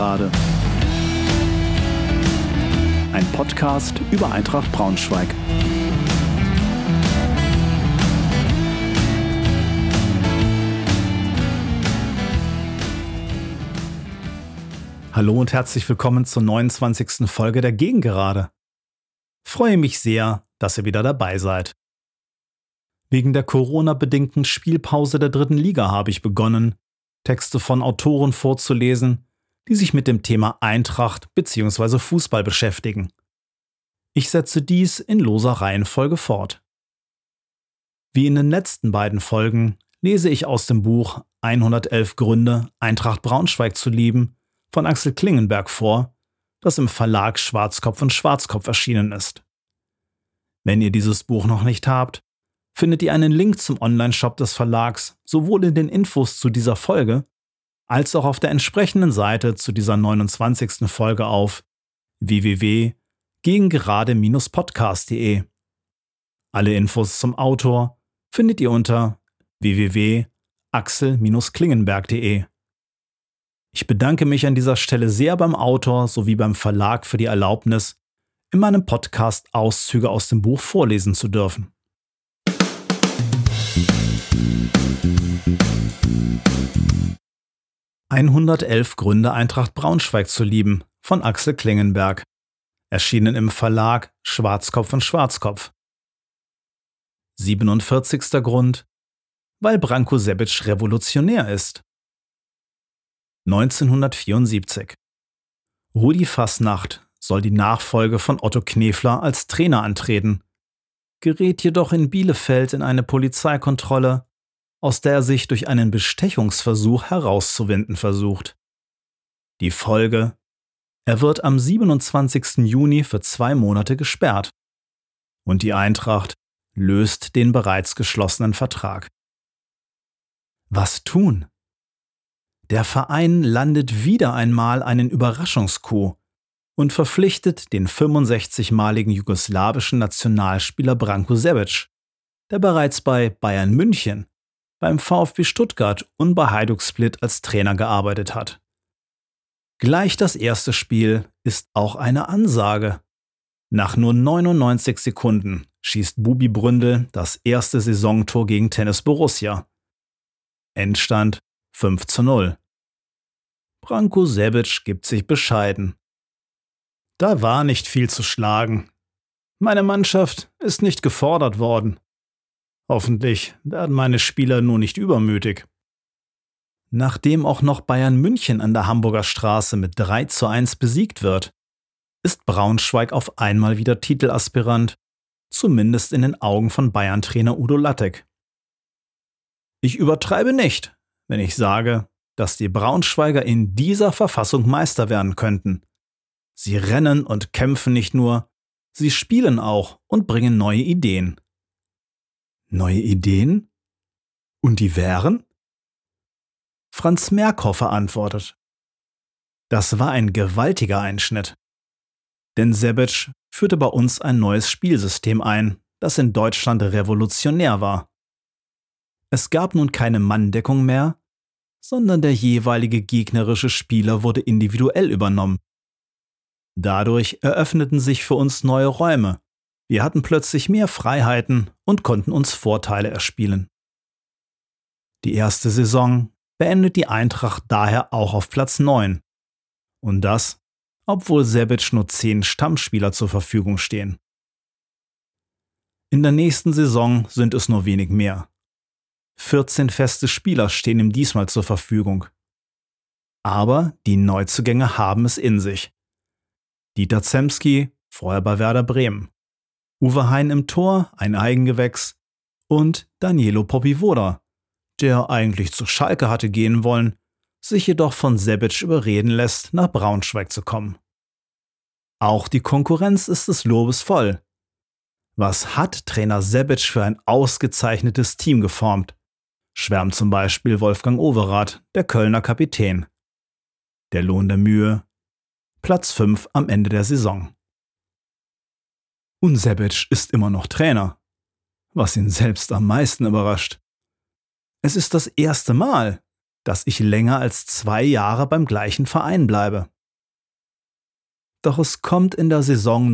Gegengerade. Ein Podcast über Eintracht Braunschweig. Hallo und herzlich willkommen zur 29. Folge der Gegengerade. Freue mich sehr, dass ihr wieder dabei seid. Wegen der Corona-bedingten Spielpause der 3. Liga habe ich begonnen, Texte von Autoren vorzulesen, die sich mit dem Thema Eintracht bzw. Fußball beschäftigen. Ich setze dies in loser Reihenfolge fort. Wie in den letzten beiden Folgen lese ich aus dem Buch 111 Gründe, Eintracht Braunschweig zu lieben von Axel Klingenberg vor, das im Verlag Schwarzkopf und Schwarzkopf erschienen ist. Wenn ihr dieses Buch noch nicht habt, findet ihr einen Link zum Onlineshop des Verlags sowohl in den Infos zu dieser Folge als auch auf der entsprechenden Seite zu dieser 29. Folge auf www.gegengerade-podcast.de. Alle Infos zum Autor findet ihr unter www.axel-klingenberg.de. Ich bedanke mich an dieser Stelle sehr beim Autor sowie beim Verlag für die Erlaubnis, in meinem Podcast Auszüge aus dem Buch vorlesen zu dürfen. »111 Gründe, Eintracht Braunschweig zu lieben« von Axel Klingenberg, erschienen im Verlag Schwarzkopf und Schwarzkopf. 47. Grund: weil Branko Sebic revolutionär ist. 1974. Rudi Fasnacht soll die Nachfolge von Otto Knefler als Trainer antreten, gerät jedoch in Bielefeld in eine Polizeikontrolle, aus der er sich durch einen Bestechungsversuch herauszuwinden versucht. Die Folge: er wird am 27. Juni für 2 Monate gesperrt. Und die Eintracht löst den bereits geschlossenen Vertrag. Was tun? Der Verein landet wieder einmal einen Überraschungscoup und verpflichtet den 65-maligen jugoslawischen Nationalspieler Branko Sebic, der bereits bei Bayern München, beim VfB Stuttgart und bei Hajduk Split als Trainer gearbeitet hat. Gleich das erste Spiel ist auch eine Ansage. Nach nur 99 Sekunden schießt Bubi Bründel das erste Saisontor gegen Tennis Borussia. Endstand 5:0. Branko Sebic gibt sich bescheiden. Da war nicht viel zu schlagen. Meine Mannschaft ist nicht gefordert worden. Hoffentlich werden meine Spieler nur nicht übermütig. Nachdem auch noch Bayern München an der Hamburger Straße mit 3:1 besiegt wird, ist Braunschweig auf einmal wieder Titelaspirant, zumindest in den Augen von Bayern-Trainer Udo Lattek. Ich übertreibe nicht, wenn ich sage, dass die Braunschweiger in dieser Verfassung Meister werden könnten. Sie rennen und kämpfen nicht nur, sie spielen auch und bringen neue Ideen. Neue Ideen? Und die wären? Franz Merkhofer antwortet: Das war ein gewaltiger Einschnitt. Denn Sebic führte bei uns ein neues Spielsystem ein, das in Deutschland revolutionär war. Es gab nun keine Manndeckung mehr, sondern der jeweilige gegnerische Spieler wurde individuell übernommen. Dadurch eröffneten sich für uns neue Räume. Wir hatten plötzlich mehr Freiheiten und konnten uns Vorteile erspielen. Die erste Saison beendet die Eintracht daher auch auf Platz 9. Und das, obwohl Sebic nur 10 Stammspieler zur Verfügung stehen. In der nächsten Saison sind es nur wenig mehr. 14 feste Spieler stehen ihm diesmal zur Verfügung. Aber die Neuzugänge haben es in sich. Dieter Zemski, vorher bei Werder Bremen. Uwe Hein im Tor, ein Eigengewächs. Und Danilo Popivoda, der eigentlich zu Schalke hatte gehen wollen, sich jedoch von Sebic überreden lässt, nach Braunschweig zu kommen. Auch die Konkurrenz ist des Lobes voll. Was hat Trainer Sebic für ein ausgezeichnetes Team geformt? Schwärmt zum Beispiel Wolfgang Overath, der Kölner Kapitän. Der Lohn der Mühe: Platz 5 am Ende der Saison. Und Sebic ist immer noch Trainer, was ihn selbst am meisten überrascht. Es ist das erste Mal, dass ich länger als 2 Jahre beim gleichen Verein bleibe. Doch es kommt in der Saison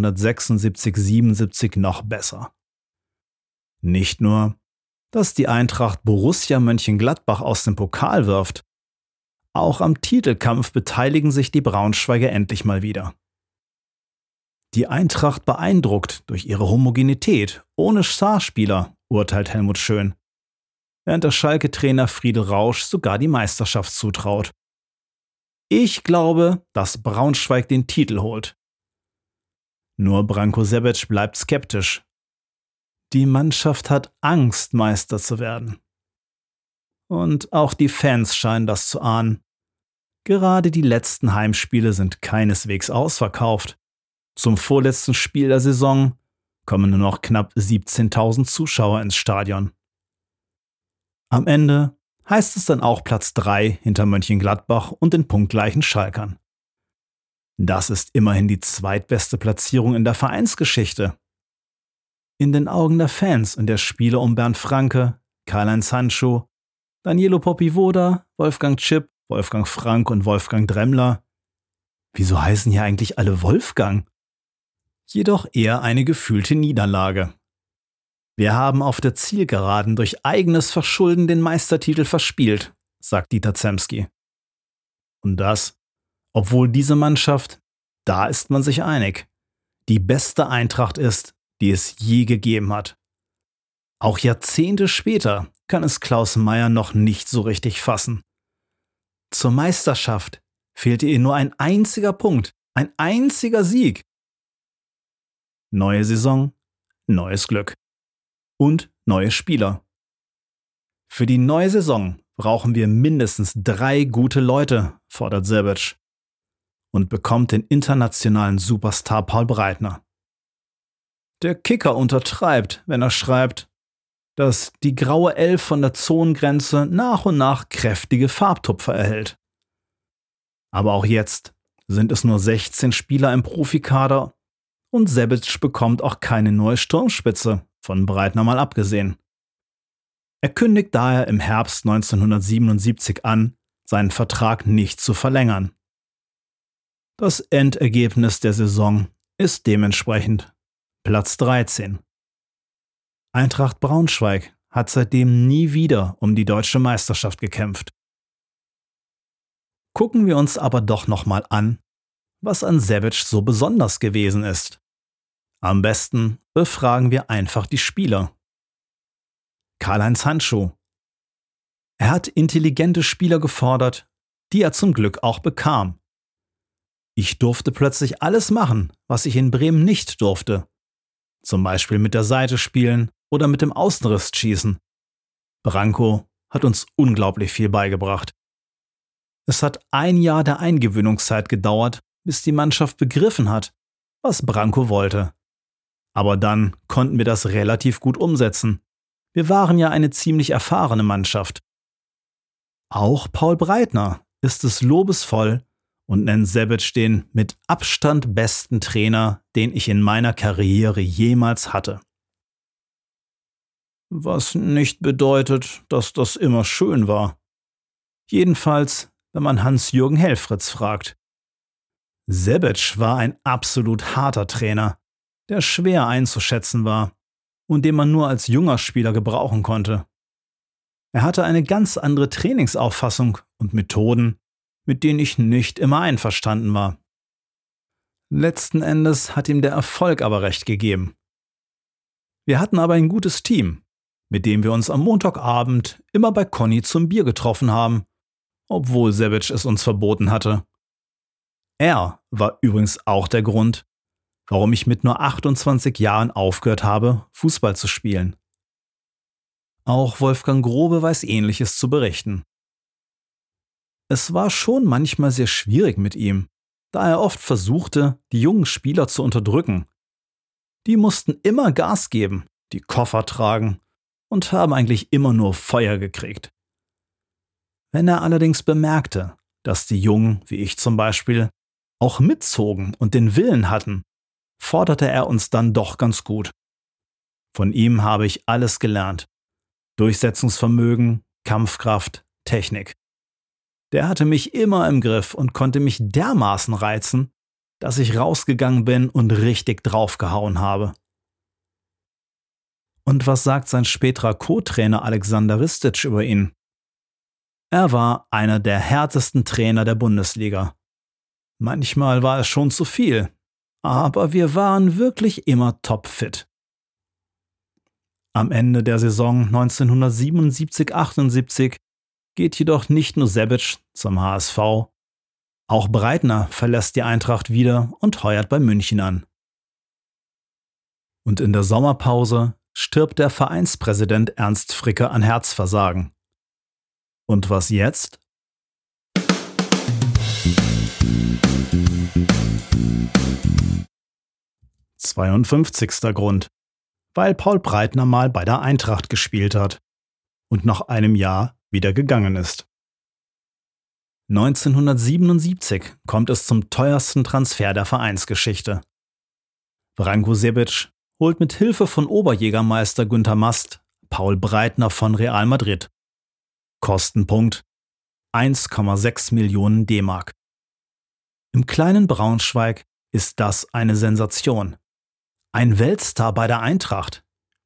1976/77 noch besser. Nicht nur, dass die Eintracht Borussia Mönchengladbach aus dem Pokal wirft, auch am Titelkampf beteiligen sich die Braunschweiger endlich mal wieder. Die Eintracht beeindruckt durch ihre Homogenität, ohne Starspieler, urteilt Helmut Schön, während der Schalke-Trainer Friedel Rausch sogar die Meisterschaft zutraut. Ich glaube, dass Braunschweig den Titel holt. Nur Branko Sebic bleibt skeptisch. Die Mannschaft hat Angst, Meister zu werden. Und auch die Fans scheinen das zu ahnen. Gerade die letzten Heimspiele sind keineswegs ausverkauft. Zum vorletzten Spiel der Saison kommen nur noch knapp 17.000 Zuschauer ins Stadion. Am Ende heißt es dann auch Platz 3 hinter Mönchengladbach und den punktgleichen Schalkern. Das ist immerhin die zweitbeste Platzierung in der Vereinsgeschichte. In den Augen der Fans und der Spieler um Bernd Franke, Karl-Heinz Handschuh, Danilo Popivoda, Wolfgang Tschipp, Wolfgang Frank und Wolfgang Dremmler. Wieso heißen hier eigentlich alle Wolfgang? Jedoch eher eine gefühlte Niederlage. Wir haben auf der Zielgeraden durch eigenes Verschulden den Meistertitel verspielt, sagt Dieter Zemski. Und das, obwohl diese Mannschaft, da ist man sich einig, die beste Eintracht ist, die es je gegeben hat. Auch Jahrzehnte später kann es Klaus Meyer noch nicht so richtig fassen. Zur Meisterschaft fehlte ihr nur ein einziger Punkt, ein einziger Sieg. Neue Saison, neues Glück. Und neue Spieler. Für die neue Saison brauchen wir mindestens 3 gute Leute, fordert Sebic. Und bekommt den internationalen Superstar Paul Breitner. Der Kicker untertreibt, wenn er schreibt, dass die graue Elf von der Zonengrenze nach und nach kräftige Farbtupfer erhält. Aber auch jetzt sind es nur 16 Spieler im Profikader und Sebic bekommt auch keine neue Sturmspitze, von Breitner mal abgesehen. Er kündigt daher im Herbst 1977 an, seinen Vertrag nicht zu verlängern. Das Endergebnis der Saison ist dementsprechend Platz 13. Eintracht Braunschweig hat seitdem nie wieder um die deutsche Meisterschaft gekämpft. Gucken wir uns aber doch nochmal an, was an Sebic so besonders gewesen ist. Am besten befragen wir einfach die Spieler. Karl-Heinz Handschuh. Er hat intelligente Spieler gefordert, die er zum Glück auch bekam. Ich durfte plötzlich alles machen, was ich in Bremen nicht durfte. Zum Beispiel mit der Seite spielen oder mit dem Außenriss schießen. Branko hat uns unglaublich viel beigebracht. Es hat 1 Jahr der Eingewöhnungszeit gedauert, bis die Mannschaft begriffen hat, was Branko wollte. Aber dann konnten wir das relativ gut umsetzen. Wir waren ja eine ziemlich erfahrene Mannschaft. Auch Paul Breitner ist es lobesvoll und nennt Sebic den mit Abstand besten Trainer, den ich in meiner Karriere jemals hatte. Was nicht bedeutet, dass das immer schön war. Jedenfalls, wenn man Hans-Jürgen Helfritz fragt. Sebic war ein absolut harter Trainer, der schwer einzuschätzen war und den man nur als junger Spieler gebrauchen konnte. Er hatte eine ganz andere Trainingsauffassung und Methoden, mit denen ich nicht immer einverstanden war. Letzten Endes hat ihm der Erfolg aber recht gegeben. Wir hatten aber ein gutes Team, mit dem wir uns am Montagabend immer bei Conny zum Bier getroffen haben, obwohl Sebic es uns verboten hatte. Er war übrigens auch der Grund, warum ich mit nur 28 Jahren aufgehört habe, Fußball zu spielen. Auch Wolfgang Grobe weiß Ähnliches zu berichten. Es war schon manchmal sehr schwierig mit ihm, da er oft versuchte, die jungen Spieler zu unterdrücken. Die mussten immer Gas geben, die Koffer tragen und haben eigentlich immer nur Feuer gekriegt. Wenn er allerdings bemerkte, dass die Jungen, wie ich zum Beispiel, auch mitzogen und den Willen hatten, forderte er uns dann doch ganz gut. Von ihm habe ich alles gelernt. Durchsetzungsvermögen, Kampfkraft, Technik. Der hatte mich immer im Griff und konnte mich dermaßen reizen, dass ich rausgegangen bin und richtig draufgehauen habe. Und was sagt sein späterer Co-Trainer Aleksandar Ristic über ihn? Er war einer der härtesten Trainer der Bundesliga. Manchmal war es schon zu viel, aber wir waren wirklich immer topfit. Am Ende der Saison 1977/78 geht jedoch nicht nur Sebic zum HSV, auch Breitner verlässt die Eintracht wieder und heuert bei München an. Und in der Sommerpause stirbt der Vereinspräsident Ernst Fricke an Herzversagen. Und was jetzt? »52. Grund. Weil Paul Breitner mal bei der Eintracht gespielt hat und nach einem Jahr wieder gegangen ist. 1977 kommt es zum teuersten Transfer der Vereinsgeschichte. Branko Sebic holt mit Hilfe von Oberjägermeister Günter Mast Paul Breitner von Real Madrid. Kostenpunkt 1,6 Millionen D-Mark. Im kleinen Braunschweig ist das eine Sensation. Ein Weltstar bei der Eintracht.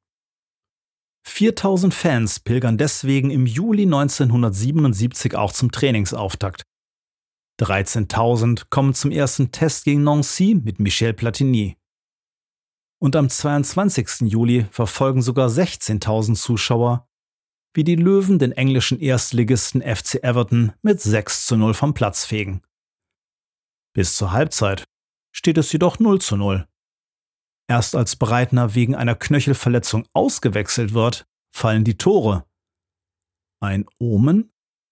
4000 Fans pilgern deswegen im Juli 1977 auch zum Trainingsauftakt. 13.000 kommen zum ersten Test gegen Nancy mit Michel Platini. Und am 22. Juli verfolgen sogar 16.000 Zuschauer, wie die Löwen den englischen Erstligisten FC Everton mit 6:0 vom Platz fegen. Bis zur Halbzeit steht es jedoch 0:0. Erst als Breitner wegen einer Knöchelverletzung ausgewechselt wird, fallen die Tore. Ein Omen?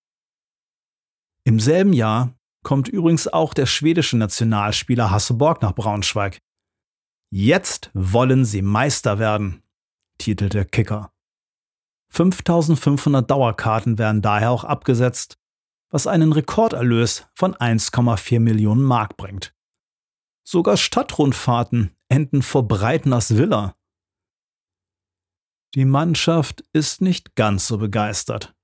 Im selben Jahr kommt übrigens auch der schwedische Nationalspieler Hasse Borg nach Braunschweig. Jetzt wollen sie Meister werden, titelt der Kicker. 5.500 Dauerkarten werden daher auch abgesetzt, was einen Rekorderlös von 1,4 Millionen Mark bringt. Sogar Stadtrundfahrten enden vor Breitners Villa. Die Mannschaft ist nicht ganz so begeistert.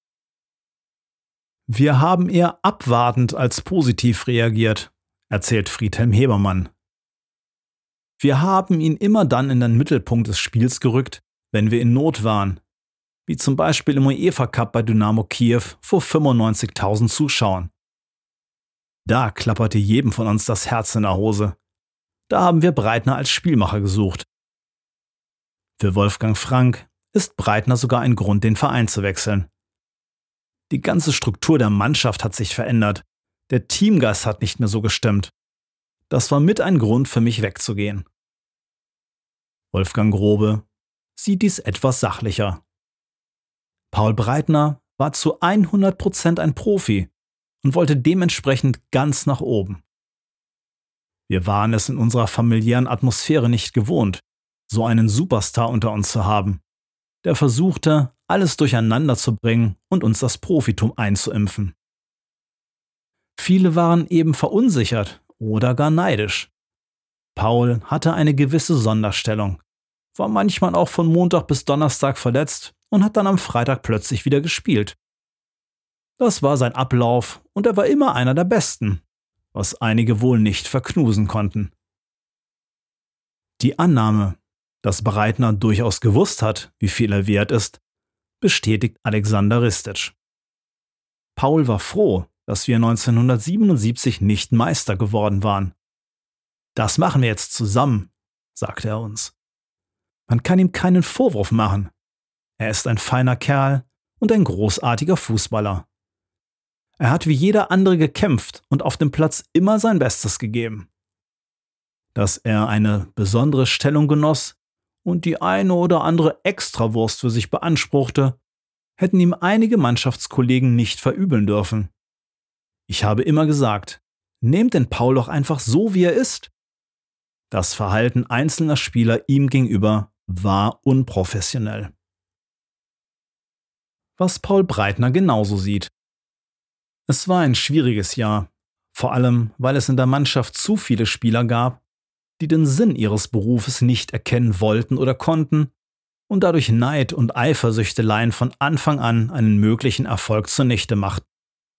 Wir haben eher abwartend als positiv reagiert, erzählt Friedhelm Hebermann. Wir haben ihn immer dann in den Mittelpunkt des Spiels gerückt, wenn wir in Not waren, wie zum Beispiel im UEFA Cup bei Dynamo Kiew vor 95.000 Zuschauern. Da klapperte jedem von uns das Herz in der Hose. Da haben wir Breitner als Spielmacher gesucht. Für Wolfgang Frank ist Breitner sogar ein Grund, den Verein zu wechseln. Die ganze Struktur der Mannschaft hat sich verändert. Der Teamgeist hat nicht mehr so gestimmt. Das war mit ein Grund für mich wegzugehen. Wolfgang Grobe sieht dies etwas sachlicher. Paul Breitner war zu 100% ein Profi und wollte dementsprechend ganz nach oben. Wir waren es in unserer familiären Atmosphäre nicht gewohnt, so einen Superstar unter uns zu haben, der versuchte, alles durcheinander zu bringen und uns das Profitum einzuimpfen. Viele waren eben verunsichert oder gar neidisch. Paul hatte eine gewisse Sonderstellung, war manchmal auch von Montag bis Donnerstag verletzt und hat dann am Freitag plötzlich wieder gespielt. Das war sein Ablauf und er war immer einer der Besten, was einige wohl nicht verknusen konnten. Die Annahme, dass Breitner durchaus gewusst hat, wie viel er wert ist, bestätigt Aleksandar Ristic. Paul war froh, dass wir 1977 nicht Meister geworden waren. Das machen wir jetzt zusammen, sagte er uns. Man kann ihm keinen Vorwurf machen. Er ist ein feiner Kerl und ein großartiger Fußballer. Er hat wie jeder andere gekämpft und auf dem Platz immer sein Bestes gegeben. Dass er eine besondere Stellung genoss und die eine oder andere Extrawurst für sich beanspruchte, hätten ihm einige Mannschaftskollegen nicht verübeln dürfen. Ich habe immer gesagt, nehmt den Paul doch einfach so, wie er ist. Das Verhalten einzelner Spieler ihm gegenüber war unprofessionell. Was Paul Breitner genauso sieht. Es war ein schwieriges Jahr, vor allem weil es in der Mannschaft zu viele Spieler gab, die den Sinn ihres Berufes nicht erkennen wollten oder konnten und dadurch Neid und Eifersüchteleien von Anfang an einen möglichen Erfolg zunichte machten.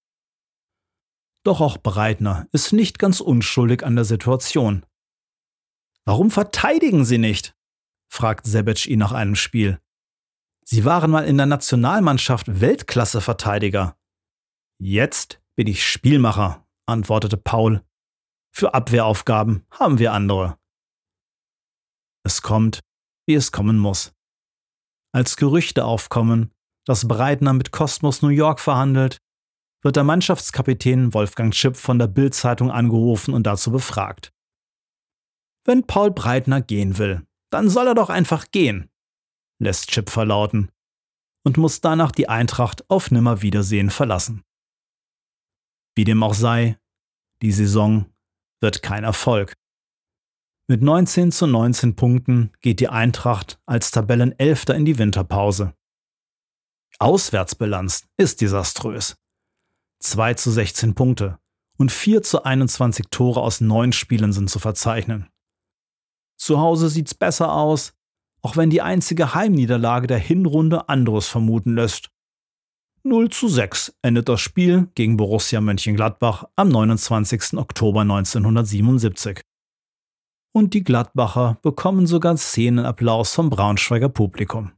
Doch auch Breitner ist nicht ganz unschuldig an der Situation. »Warum verteidigen Sie nicht?« fragt Sebec ihn nach einem Spiel. »Sie waren mal in der Nationalmannschaft Weltklasse-Verteidiger.« »Jetzt bin ich Spielmacher«, antwortete Paul. »Für Abwehraufgaben haben wir andere.« Es kommt, wie es kommen muss. Als Gerüchte aufkommen, dass Breitner mit Cosmos New York verhandelt, wird der Mannschaftskapitän Wolfgang Tschipp von der Bild-Zeitung angerufen und dazu befragt. »Wenn Paul Breitner gehen will, dann soll er doch einfach gehen«, lässt Tschipp verlauten und muss danach die Eintracht auf Nimmerwiedersehen verlassen. Wie dem auch sei, die Saison wird kein Erfolg. Mit 19:19 Punkten geht die Eintracht als Tabellenelfter in die Winterpause. Die Auswärtsbilanz ist desaströs. 2:16 Punkte und 4:21 Tore aus 9 Spielen sind zu verzeichnen. Zu Hause sieht's besser aus, auch wenn die einzige Heimniederlage der Hinrunde anderes vermuten lässt. 0:6 endet das Spiel gegen Borussia Mönchengladbach am 29. Oktober 1977. Und die Gladbacher bekommen sogar Szenenapplaus vom Braunschweiger Publikum.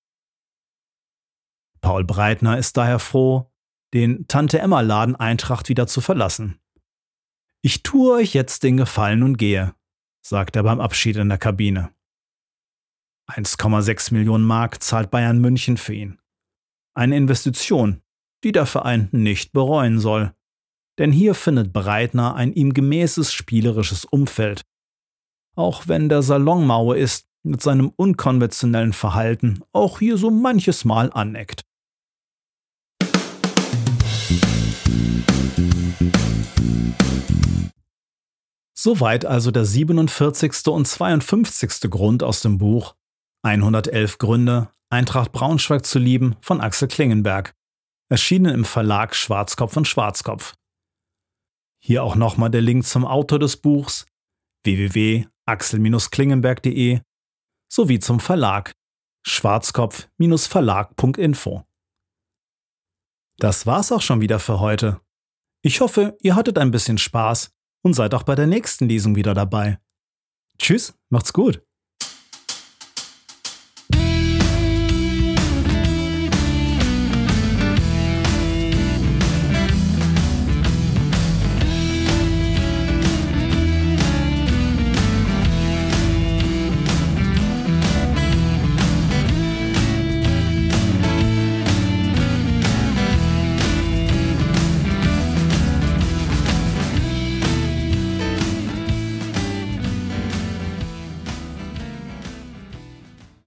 Paul Breitner ist daher froh, den Tante-Emma-Laden Eintracht wieder zu verlassen. »Ich tue euch jetzt den Gefallen und gehe«, sagt er beim Abschied in der Kabine. 1,6 Millionen Mark zahlt Bayern München für ihn. Eine Investition, die der Verein nicht bereuen soll. Denn hier findet Breitner ein ihm gemäßes spielerisches Umfeld. Auch wenn der Salonmaue ist mit seinem unkonventionellen Verhalten auch hier so manches Mal aneckt. Soweit also der 47. und 52. Grund aus dem Buch 111 Gründe, Eintracht Braunschweig zu lieben von Axel Klingenberg, erschienen im Verlag Schwarzkopf und Schwarzkopf. Hier auch nochmal der Link zum Autor des Buchs www.axel-klingenberg.de sowie zum Verlag schwarzkopf-verlag.info. Das war's auch schon wieder für heute. Ich hoffe, ihr hattet ein bisschen Spaß und seid auch bei der nächsten Lesung wieder dabei. Tschüss, macht's gut!